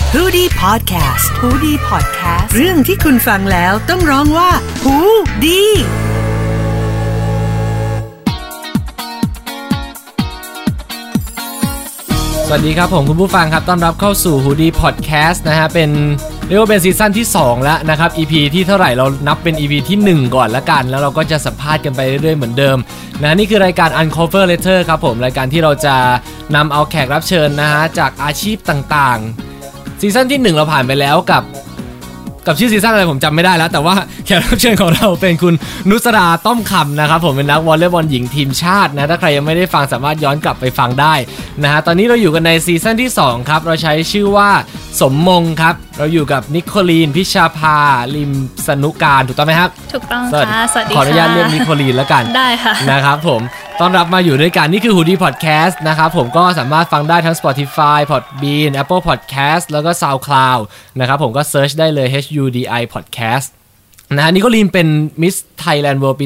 ฮูดี้พอดแคสต์ฮูดี้พอดแคสต์เรื่องที่คุณฟังแล้วต้องร้องว่าฮูดีสวัสดีครับผมคุณผู้ฟังครับต้อนรับเข้าสู่ Hoodie Podcast นะฮะเป็นเรียกว่าเป็นซีซั่นที่2แล้วนะครับ EP ที่เท่าไหร่เรานับเป็น EP ที่1ก่อนละกันแล้วเราก็จะสัมภาษณ์กันไปเรื่อยๆเหมือนเดิมนะนี่คือรายการ Uncover Letter ครับผมรายการที่เราจะนำเอาแขกรับเชิญนะฮะจากอาชีพต่างๆซีซั่นที่1เราผ่านไปแล้วกับชื่อซีซั่นอะไรผมจำไม่ได้แล้วแต่ว่าแขกรับเชิญของเราเป็นคุณนุสราต้อมคำนะครับผมเป็นนักวอลเลย์บอลหญิงทีมชาตินะถ้าใครยังไม่ได้ฟังสามารถย้อนกลับไปฟังได้นะฮะตอนนี้เราอยู่กันในซีซั่นที่2ครับเราใช้ชื่อว่าสมมงครับเราอยู่กับนิโคลีนพิชาภาลิมสนุการถูกต้องไหมครับถูกต้องค่ะสวัสดีค่ะขออนุญาตเรียกนิโคลีนแล้วกันได้ค่ะนะครับผมต้อนรับมาอยู่ด้วยกันนี่คือ Hoodie Podcast นะครับผมก็สามารถฟังได้ทั้ง Spotify Podbean Apple Podcast แล้วก็ SoundCloud นะครับผมก็เซิร์ชได้เลย HUDI Podcast นะฮะนิโคลีนเป็น Miss Thailand World ปี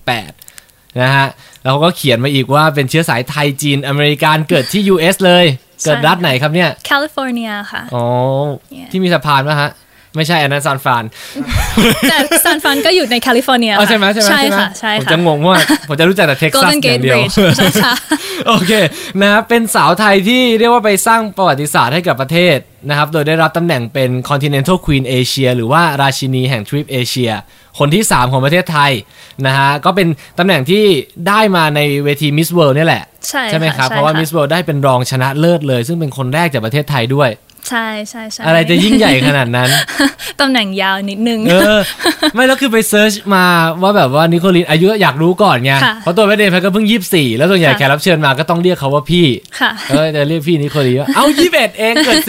2018 นะฮะแล้วก็เขียนมาอีกว่าเป็นเชื้อสายไทยจีนอเมริกันเกิดที่ US เลยเกิดรัฐไหนครับเนี่ยแคลิฟอร์เนียค่ะอ๋อที่มีสะพานป่ะฮะไม่ใช่อันนั้นซานฟรานแต่ซานฟรานก็อยู่ในแคลิฟอร์เนียใช่ไหมใช่ค่ะผมจะงงว่าผมจะรู้จักแต่เท็กซัสอย่างเดียวโอเคนะเป็นสาวไทยที่เรียกว่าไปสร้างประวัติศาสตร์ให้กับประเทศนะครับโดยได้รับตำแหน่งเป็น Continental Queen Asia หรือว่าราชินีแห่งทวีปเอเชียคนที่3ของประเทศไทยนะฮะก็เป็นตำแหน่งที่ได้มาในเวที Miss World นี่แหละใช่ไหมครับเพราะว่า Miss World ได้เป็นรองชนะเลิศเลยซึ่งเป็นคนแรกจากประเทศไทยด้วยใช่อะไรจะยิ่งใหญ่ขนาดนั้นตำแหน่งยาวนิดนึงไม่แล้วคือไปเซิร์ชมาว่าแบบว่านิโคลีนอายุอยากรู้ก่อนไงเพราะตัวแม่เดย์แพทก็เพิ่ง24แล้วส่วนใหญ่แขกรับเชิญมาก็ต้องเรียกเขาว่าพี่จะเรียกพี่นิโคลีนว่า21เองเกิด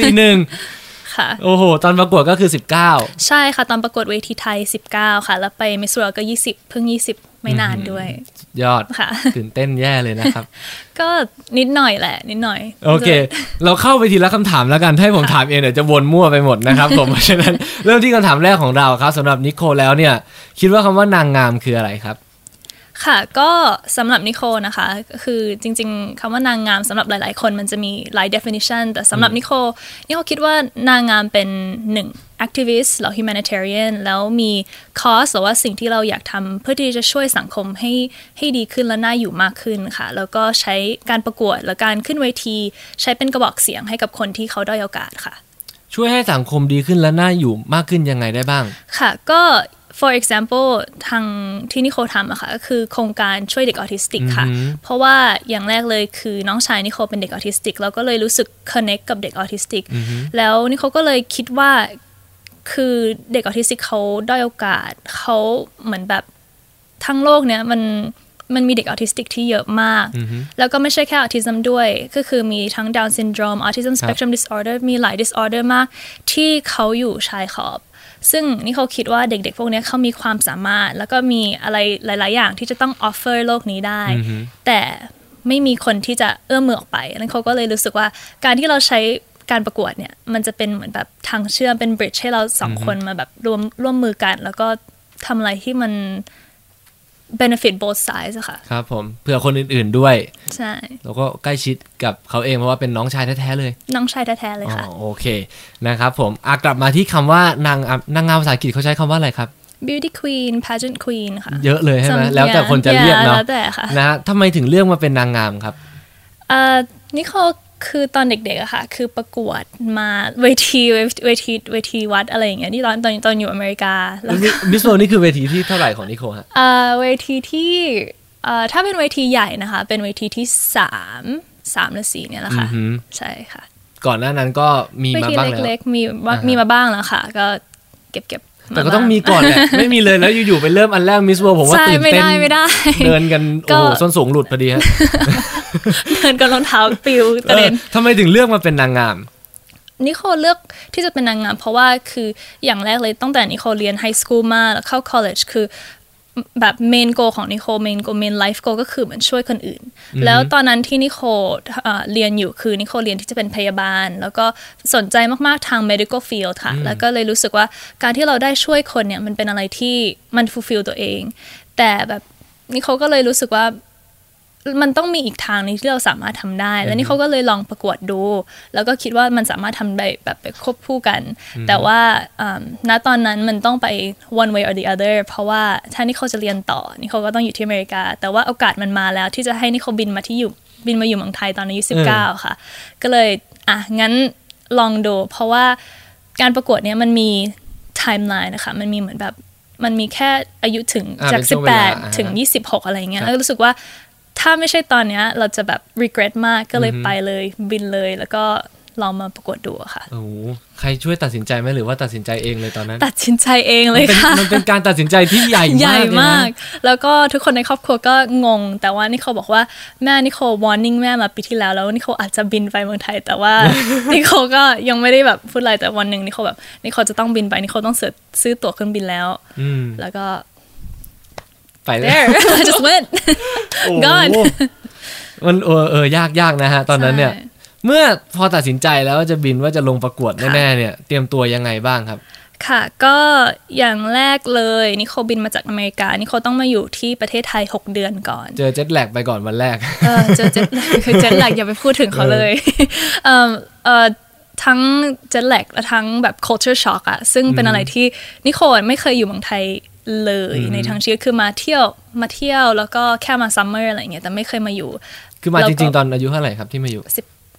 41ค่ะโอ้โหตอนประกวดก็คือ19 ใช่ค่ะตอนประกวดเวทีไทย19ค่ะแล้วไปมิส World ก็20เพิ่ง20ไม่นานด้วยยอดตื่นเต้นแย่เลยนะครับก็นิดหน่อยแหละนิดหน่อยโอเคเราเข้าไปทีละคำถามแล้วกันถ้าผมถามเองเดี๋ยวจะวนมั่วไปหมดนะครับผมเพราะฉะนั้นเริ่มที่คำถามแรกของเราครับสำหรับนิโคแล้วเนี่ยคิดว่าคำว่านางงามคืออะไรครับค่ะก็สำหรับนิโคนะคะคือจริงๆคำว่านางงามสำหรับหลายๆคนมันจะมีหลาย definition แต่สำหรับนิโคคิดว่านางงามเป็น1 activist แล้ว humanitarian แล้วมี cause หรือว่าสิ่งที่เราอยากทำเพื่อที่จะช่วยสังคมให้ดีขึ้นและน่าอยู่มากขึ้นค่ะแล้วก็ใช้การประกวดและการขึ้นเวทีใช้เป็นกระบอกเสียงให้กับคนที่เขาด้อยโอกาสค่ะช่วยให้สังคมดีขึ้นและน่าอยู่มากขึ้นยังไงได้บ้างค่ะก็ for example ทางที่นิโคทำอะค่ะก็คือโครงการช่วยเด็กออทิสติกค่ะเพราะว่าอย่างแรกเลยคือน้องชายนิโคเป็นเด็กออทิสติกแล้วก็เลยรู้สึก connect กับเด็กออทิสติกแล้วนิโคก็เลยคิดว่าคือเด็กออทิสติกเขาด้อยโอกาสเขาเหมือนแบบทั้งโลกเนี้ยมันมีเด็กออทิสติกที่เยอะมากแล้วก็ไม่ใช่แค่ออทิซึมด้วยก็คือมีทั้ง Down syndrome Autism Spectrum Disorder มีหลาย disorder มากที่เขาอยู่ชายขอบซึ่งนี่เขาคิดว่าเด็กๆพวกนี้เขามีความสามารถแล้วก็มีอะไรหลายๆอย่างที่จะต้อง offer โลกนี้ได้แต่ไม่มีคนที่จะเอื้อมมือออกไปแล้วเขาก็เลยรู้สึกว่าการที่เราใช้การประกวดเนี่ยมันจะเป็นเหมือนแบบทางเชื่อมเป็น bridge ให้เรา2คนมาแบบร่วมมือกันแล้วก็ทำอะไรที่มัน benefit both sides อะค่ะครับผมเพื่อคนอื่นๆด้วยใช่แล้วก็ใกล้ชิดกับเขาเองเพราะว่าเป็นน้องชายแท้ๆเลยน้องชายแท้ๆเลยค่ะโอเคนะครับผมกลับมาที่คำว่านางงามภาษาอังกฤษเขาใช้คำว่าอะไรครับ beauty queen pageant queen ค่ะเยอะเลยใช่ไหมแล้วแต่คนจะเรียกเนาะนะทำไมถึงเลือกมาเป็นนางงามครับนี่เขาคือตอนเด็กๆอะค่ะคือประกวดมาเวทีวัดอะไรอย่างเงี้ยที่ตอนอยู่อเมริกาแล้วมิสโซนี่คือเวทีที่เท่าไหร่ของนิโคฮะเวทีที่ถ้าเป็นเวทีใหญ่นะคะเป็นเวทีที่3หรือ4เนี่ยแหละค่ะใช่ค่ะก่อนหน้านั้นก็มีมาบ้างแล้วเล็กๆมีมาบ้างแล้วค่ะก็เก็บแต่ก็ต้องมีก่อนแหละไม่มีเลยแล้วอยู่ๆไปเริ่มอันแรกมิสเวิลด์ผมว่าตื่นเต้นไม่ได้เดินกันโอ้ส้นสูงหลุดพอดีฮะเดินกันรองเท้าปิวกระเด็นทำไมถึงเลือกมาเป็นนางงามนิโคเลือกที่จะเป็นนางงามเพราะว่าคืออย่างแรกเลยตั้งแต่นิโคเรียนไฮสคูลมาแล้วเข้าคอลเลจคือแบบเมนโกของนิโคเมนไลฟ์โกก็คือเหมือนช่วยคนอื่นแล้วตอนนั้นที่นิโคเรียนอยู่คือนิโคเรียนที่จะเป็นพยาบาลแล้วก็สนใจมากๆทาง medical field ค่ะแล้วก็เลยรู้สึกว่าการที่เราได้ช่วยคนเนี่ยมันเป็นอะไรที่มัน fulfill ตัวเองแต่แบบนิโคก็เลยรู้สึกว่ามันต้องมีอีกทางนึงที่เราสามารถทำได้แล้วนี่เขาก็เลยลองประกวดดูแล้วก็คิดว่ามันสามารถทำได้แบบไปควบคู่กันแต่ว่าณตอนนั้นมันต้องไป one way or the other เพราะว่าถ้านี่เขาจะเรียนต่อนี่เขาก็ต้องอยู่ที่อเมริกาแต่ว่าโอกาสมันมาแล้วที่จะให้นี่เขาบินมาอยู่เมืองไทยตอนอายุ19ค่ะก็เลยงั้นลองดูเพราะว่าการประกวดเนี้ยมันมีไทม์ไลน์นะคะมันมีเหมือนแบบมันมีแค่อายุถึงจาก18ถึง26อะไรเงี้ยแล้วรู้สึกว่าถ้าไม่ใช่ตอนเนี้ยเราจะแบบ regret มากก็เลยไปเลยบินเลยแล้วก็ลองมาประกวดดูค่ะโอ้ใครช่วยตัดสินใจไหมหรือว่าตัดสินใจเองเลยตอนนั้นตัดสินใจเองเลยค่ะมันเป็นการตัดสินใจที่ใหญ่มากใหญ่มากแล้วก็ทุกคนในครอบครัวก็งงแต่ว่านี่เขาบอกว่าแม่นี่เขา warning แม่มาปีที่แล้วนี่เขาอาจจะบินไปเมืองไทยแต่ว่านี่เขาก็ยังไม่ได้แบบพูดอะไรแต่วันนึงนี่เขาแบบนี่เขาจะต้องบินไปนี่เขาต้องซื้อตั๋วเครื่องบินแล้วแล้วก็ไปเลย there I just went gone มันยากนะฮะตอนนั้นเนี่ยเมื่อพอตัดสินใจแล้วว่าจะบินว่าจะลงประกวดแน่ๆเนี่ยเตรียมตัวยังไงบ้างครับค่ะก็อย่างแรกเลยนี่เขาบินมาจากอเมริกานี่เขาต้องมาอยู่ที่ประเทศไทย6เดือนก่อนเจอเจ็ตแลกไปก่อนวันแรกเจอเจ็ตแลกคือเจ็ตแลกอย่าไปพูดถึงเขาเลยทั้งเจ็ตแลกและทั้งแบบ culture shock อะซึ่งเป็นอะไรที่นิโคลไม่เคยอยู่เมืองไทยเลยในทั้งชีวิตคือมาเที่ยวแล้วก็แค่มาซัมเมอร์อะไรอย่างเงี้ยแต่ไม่เคยมาอยู่คือมาจริงๆตอนอายุเท่าไหร่ครับที่มาอยู่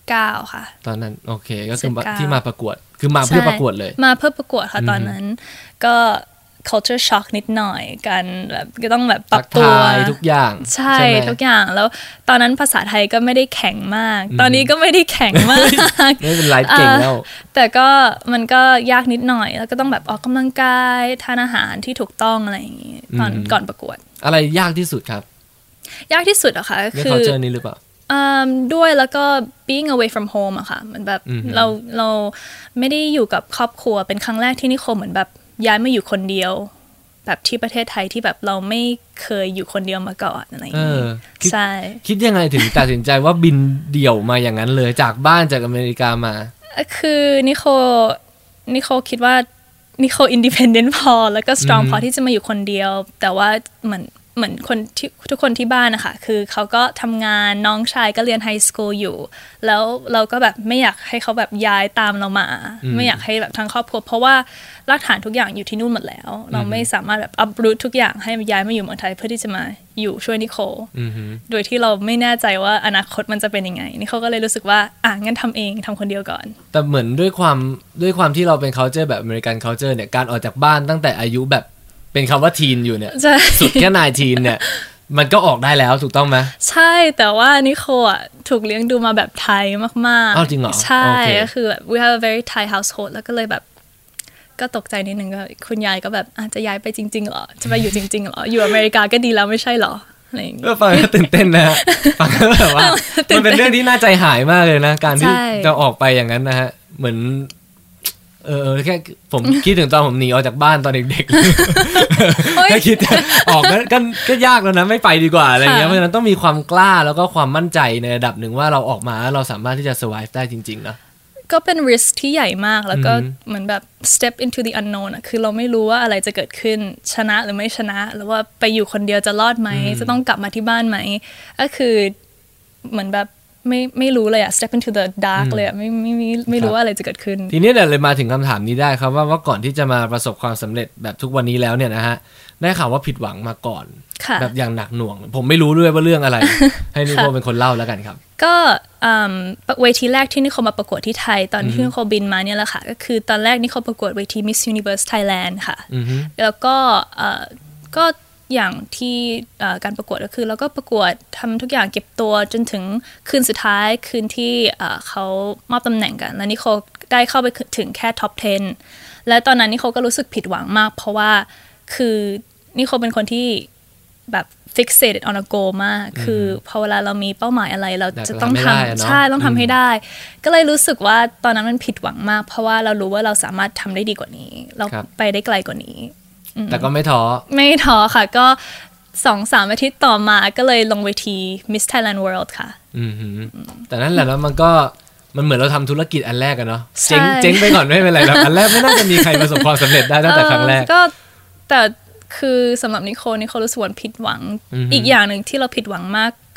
19ค่ะตอนนั้นโอเคก็คือที่มาประกวดคือมาเพื่อประกวดเลยมาเพื่อประกวดค่ะตอนนั้นก็ culture shock นิดหน่อยกันแบบก็ต้องแบบปรับตัวทุกอย่างใช่ทุกอย่างแล้วตอนนั้นภาษาไทยก็ไม่ได้แข็งมากตอนนี้ก็ไม่ได้แข็งมากไม่เป็นไรเก่งแล้วแต่ก็มันก็ยากนิดหน่อยแล้วก็ต้องแบบออกกำลังกายทานอาหารที่ถูกต้องอะไรอย่างงี้ตอนก่อนประกวดอะไรยากที่สุดครับยากที่สุดอะค่ะคือ culture นี้หรือเปล่าด้วยแล้วก็ being away from home อะค่ะเหมือนแบบเราไม่ได้อยู่กับครอบครัวเป็นครั้งแรกที่นิโคลเหมือนแบบย้ายมาอยู่คนเดียวแบบที่ประเทศไทยที่แบบเราไม่เคยอยู่คนเดียวมาก่อนอะไรอย่างนี้ใช่คิดยังไงถึงตัดสินใจว่าบินเดี่ยวมาอย่างนั้นเลยจากบ้านจากอเมริกามาคือนิโคลคิดว่านิโคล independent พอแล้วก็ strong พอที่จะมาอยู่คนเดียวแต่ว่าเหมือนคนที่ทุกคนที่บ้านนะคะคือเขาก็ทำงานน้องชายก็เรียนไฮสคูลอยู่แล้วเราก็แบบไม่อยากให้เขาแบบย้ายตามเรามาไม่อยากให้แบบทั้งครอบครัวเพราะว่ารากฐานทุกอย่างอยู่ที่นู่นหมดแล้วเราไม่สามารถแบบอัพรูททุกอย่างให้ย้ายมาอยู่เมืองไทยเพื่อที่จะมาอยู่ช่วยนิโคลโดยที่เราไม่แน่ใจว่าอนาคตมันจะเป็นยังไงนี่เขาก็เลยรู้สึกว่างั้นทำเองทำคนเดียวก่อนแต่เหมือนด้วยความที่เราเป็น culture แบบ American culture เนี่ยการออกจากบ้านตั้งแต่อายุแบบเป็นคำว่าทีนอยู่เนี่ยสุดแค่นายทีนเนี่ยมันก็ออกได้แล้วถูกต้องไหมใช่แต่ว่านิโคลถูกเลี้ยงดูมาแบบไทยมากๆจริงเหรอใช่ก็คือแบบ we have a very Thai household แล้วก็เลยแบบก็ตกใจนิดนึงก็คุณยายก็แบบจะย้ายไปจริงๆเหรอจะไปอยู่จริงๆเหรออยู่อเมริกาก็ดีแล้วไม่ใช่เหรออะไรอย่างเงี้ยฟังตื่นเต้นนะฟังแบบว่ามันเป็นเรื่องที่น่าใจหายมากเลยนะการที่จะออกไปอย่างนั้นนะฮะเหมือนแค่ผมคิดถึงตอนผมหนีออกจากบ้านตอนเด็กๆแค่คิดออกก็ยากแล้วนะไม่ไปดีกว่าอะไรเงี้ยเพราะฉะนั้นต้องมีความกล้าแล้วก็ความมั่นใจในระดับหนึ่งว่าเราออกมาเราสามารถที่จะ survive ได้จริงๆนะก็เป็น risk ที่ใหญ่มากแล้วก็เหมือนแบบ step into the unknown คือเราไม่รู้ว่าอะไรจะเกิดขึ้นชนะหรือไม่ชนะหรือว่าไปอยู่คนเดียวจะรอดไหมจะต้องกลับมาที่บ้านไหมก็คือเหมือนแบบไม่รู้เลยstep into the dark เลยไม่รู้ว่าอะไรจะเกิดขึ้นทีนี้เดี๋ยวเลยมาถึงคำถามนี้ได้ครับว่าก่อนที่จะมาประสบความสำเร็จแบบทุกวันนี้แล้วเนี่ยนะฮะได้ข่าวว่าผิดหวังมาก่อนแบบอย่างหนักหน่วงผมไม่รู้ด้วยว่าเรื่องอะไร ให้นิโคลเป็นคนเล่าแล้วกันครับก็เวทีแรกที่นิโคลมาประกวดที่ไทยตอนที่นิโคลบินมาเนี่ยแหละค่ะก็คือตอนแรกนิโคลประกวดเวที Miss Universe Thailand ค่ะแล้วก็อย่างที่การประกวดก็คือเราก็ประกวดทำทุกอย่างเก็บตัวจนถึงคืนสุดท้ายคืนที่เขามอบตำแหน่งกันแล้วนิโคลได้เข้าไปถึงแค่ท็อป 10และตอนนั้นนิโคลก็รู้สึกผิดหวังมากเพราะว่าคือนิโคลเป็นคนที่แบบ fixated on a goal มากคือพอเวลาเรามีเป้าหมายอะไรเราจะต้องทำใช่ต้องทำให้ได้ก็เลยรู้สึกว่าตอนนั้นมันผิดหวังมากเพราะว่าเรารู้ว่าเราสามารถทำได้ดีกว่านี้เราไปได้ไกลกว่านี้แต่ก็ไม่ท้อค่ะก็ 2-3 อาทิตย์ต่อมาก็เลยลงเวที Miss Thailand World ค่ะแต่นั่นแหละเนาะมันเหมือนเราทำธุรกิจอันแรกกันเนาะเจ๊งไปก่อนไม่เป็นไรหรอกอันแรกไม่น่าจะมีใครประสบความสำเร็จได้ตั้งแต่ครั้งแรกก็แต่คือสำหรับนิโคลรู้สึกว่าผิดหวังอีกอย่างหนึ่งที่เราผิดหวังมาก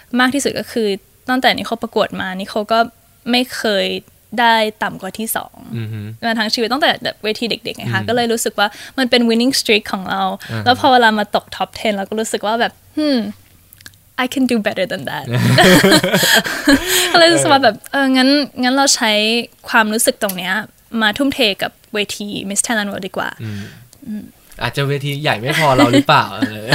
มากที่สุดก็คือตั้งแต่นิโคประกวดมานิโคก็ไม่เคยได้ต่ำกว่าที่2มาทั้งชีวิตตั้งแต่เวทีเด็กๆไงคะก็เลยรู้สึกว่ามันเป็น winning streak ของเราแล้วพอเวลามาตก top 10เราก็รู้สึกว่าแบบI can do better than that ก็เลยรู้สึกว่าแบบงั้นเราใช้ความรู้สึกตรงเนี้ยมาทุ่มเทกับเวที Miss Thailand World ดีกว่าอาจจะเวทีใหญ่ไม่พอเราหรือเปล่า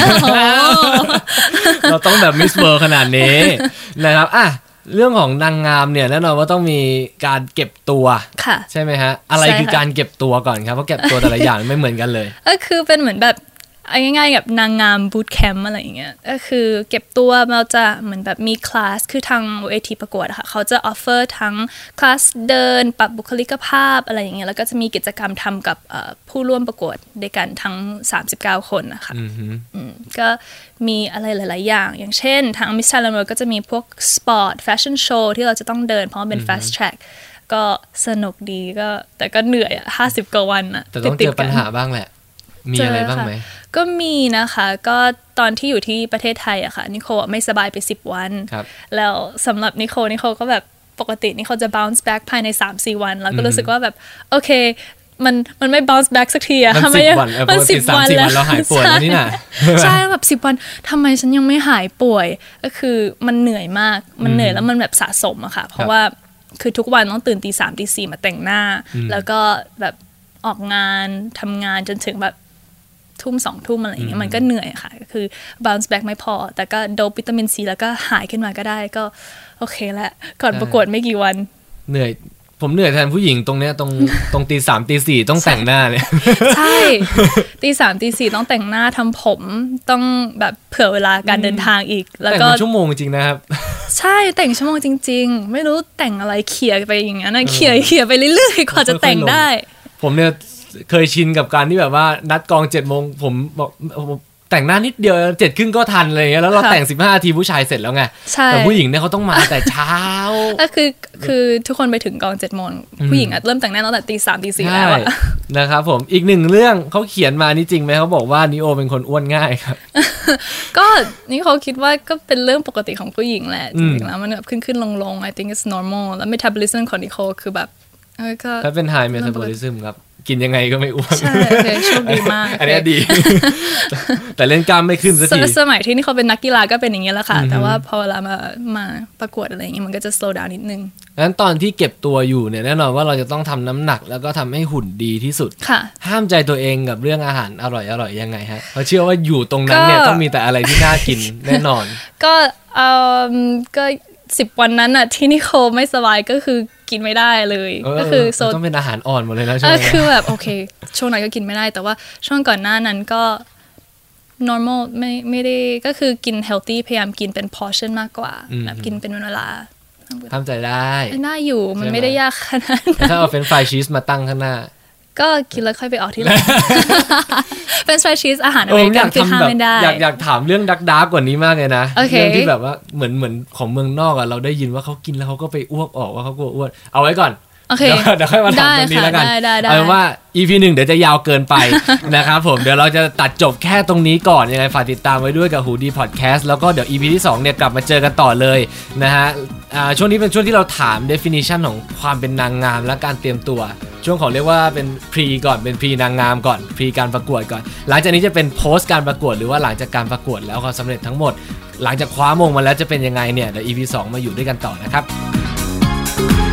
เราต้องแบบ Miss World ขนาดนี้นะครับเรื่องของนางงามเนี่ยแน่นอนว่าต้องมีการเก็บตัวใช่ไหมฮะอะไรคือการเก็บตัวก่อนครับเพราะเก็บตัวแต่ละอย่างไม่เหมือนกันเลยคือเป็นเหมือนแบบง่ายๆกับนางงามบูตแคมป์อะไรอย่างเงี้ยก็คือเก็บตัวเราจะเหมือนแบบมีคลาสคือทางเวทีประกวดค่ะเขาจะออฟเฟอร์ทั้งคลาสเดินปรับบุคลิกภาพอะไรอย่างเงี้ยแล้วก็จะมีกิจกรรมทำกับผู้ร่วมประกวดด้วยกันทั้ง39คนนะคะก็มีอะไรหลายๆอย่างเช่นทาง Miss Thailand World ก็จะมีพวกสปอร์ตแฟชั่นโชว์ที่เราจะต้องเดินเพราะมันเป็น fast track ก็สนุกดีก็แต่ก็เหนื่อย50 กว่าวันแต่ต้องเจอปัญหาบ้างแหละมีอะไรบ้างไหมก็มีนะคะก็ตอนที่อยู่ที่ประเทศไทยอะค่ะนิโคไม่สบายไป10 วันแล้วสำหรับนิโคก็แบบปกตินิโคจะ bounce back ภายใน 3-4 วันแล้วก็รู้สึกว่าแบบโอเคมันไม่ bounce back สักทีอะมัน10 วันมัน10 วันแล้วเราหายป่วยแล้วนี่นะใช่แบบ10 วันทำไมฉันยังไม่หายป่วยก็คือมันเหนื่อยมากมันเหนื่อยแล้วมันแบบสะสมอะค่ะเพราะว่าคือทุกวันต้องตื่นตี 3 ตี 4มาแต่งหน้าแล้วก็แบบออกงานทำงานจนถึงแบบทุ่ม 2 ทุ่มอะไรอย่างเงี้ยมันก็เหนื่อยค่ะก็คือ bounce back ไม่พอแต่ก็โดปวิตามินซีแล้วก็หายขึ้นมาก็ได้ก็โอเคแล้วก่อนประกวดไม่กี่วันเหนื่อยผมเหนื่อยแทนผู้หญิงตรงเนี้ยตรงตี 3 ตี 4ต้องแต่งหน้าเลยใช่ตี 3 ตี 4ต้องแต่งหน้าทำผมต้องแบบเผื่อเวลาการเดินทางอีกแล้วก็แต่งชั่วโมงจริงนะครับใช่แต่งชั่วโมงจริงๆไม่รู้แต่งอะไรเขี่ยไปอย่างนั้นเขี่ยไปเรื่อยๆกว่าจะแต่งได้ผมเนี่ยเคยชินกับการที่แบบว่านัดกอง 7 โมงผมบอกแต่งหน้านิดเดียว 7:30 ก็ทันอะไรเงี้ยแล้วเราแต่ง15 นาทีผู้ชายเสร็จแล้วไงแต่ผู้หญิงเนี่ยเขาต้องมาแต่เช้าก็คือทุกคนไปถึงกอง 7 โมงผู้หญิงเริ่มแต่งหน้าตั้งแต่ตี 3 ตี 4แล้วนะครับผมอีกหนึ่งเรื่องเขาเขียนมานี่จริงไหมเขาบอกว่านิโอเป็นคนอ้วนง่ายครับก็นี่เขาคิดว่าก็เป็นเรื่องปกติของผู้หญิงแหละจริงๆแล้วมันแบบขึ้นลง I think it's normal แล้ว metabolism ของนิโคคือแบบก็ถ้าเป็น high metabolism ครับกินยังไงก็ไม่อ้วนใช่โอเคโชคดีมากอันนี้ดีแต่เล่นกล้ามไม่ขึ้นสักทีสมัยที่นี่เขาเป็นนักกีฬาก็เป็นอย่างนี้แหละค่ะแต่ว่าพอเวลามาประกวดอะไรอย่างนี้มันก็จะ slow down นิดนึงงั้นตอนที่เก็บตัวอยู่เนี่ยแน่นอนว่าเราจะต้องทำน้ำหนักแล้วก็ทำให้หุ่นดีที่สุดห้ามใจตัวเองกับเรื่องอาหารอร่อยยังไงฮะเพราะเชื่อว่าอยู่ตรงนั้นเนี่ยต้องมีแต่อะไรที่น่ากินแน่นอนก็10 วันนั้นน่ะที่นิโคไม่สบายก็คือกินไม่ได้เลยก็คือต้องเป็นอาหารอ่อนหมดเลยนะช่วงนี้คือแบบโอเคช่วงนั้นก็กินไม่ได้แต่ว่าช่วงก่อนหน้านั้นก็ normal ไม่ได้ก็คือกิน healthy พยายามกินเป็น portion มากกว่าแบบกินเป็นเวลาทำใจได้น่าอยู่มันไม่ได้ยากขนาดนั้นถ้าเอาเป็นฟรายชีสมาตั้งข้างหน้าก็กินแล้วค่อยไปออกที่ร้านเป็นฟรายชีสอาหารอเมริกันคือห้ามไม่ได้อยากถามเรื่องดักกว่านี้มากเลยนะเรื่องที่แบบว่าเหมือนของเมืองนอกอ่ะเราได้ยินว่าเขากินแล้วเขาก็ไปอ้วกออกว่าเขากลัวอ้วนเอาไว้ก่อนเดี๋ยวค่อยมาถามตรงนี้แล้วกันเอาเป็นว่า EP 1 เดี๋ยวจะยาวเกินไปนะครับผมเดี๋ยวเราจะตัดจบแค่ตรงนี้ก่อนยังไงฝากติดตามไว้ด้วยกับหูดีพอดแคสต์แล้วก็เดี๋ยว EP ที่2เนี่ยกลับมาเจอกันต่อเลยนะฮะช่วงนี้เป็นช่วงที่เราถาม definition ของความเป็นนางงามและการเตรียมตัวช่วงของเรียกว่าเป็น pre ก่อนเป็น pre นางงามก่อน pre การประกวดก่อนหลังจากนี้จะเป็น post การประกวดหรือว่าหลังจากการประกวดแล้วความสำเร็จทั้งหมดหลังจากคว้ามงมาแล้วจะเป็นยังไงเนี่ยเดี๋ยว EP 2 มาอยู่ด้วยกันต่อนะครับ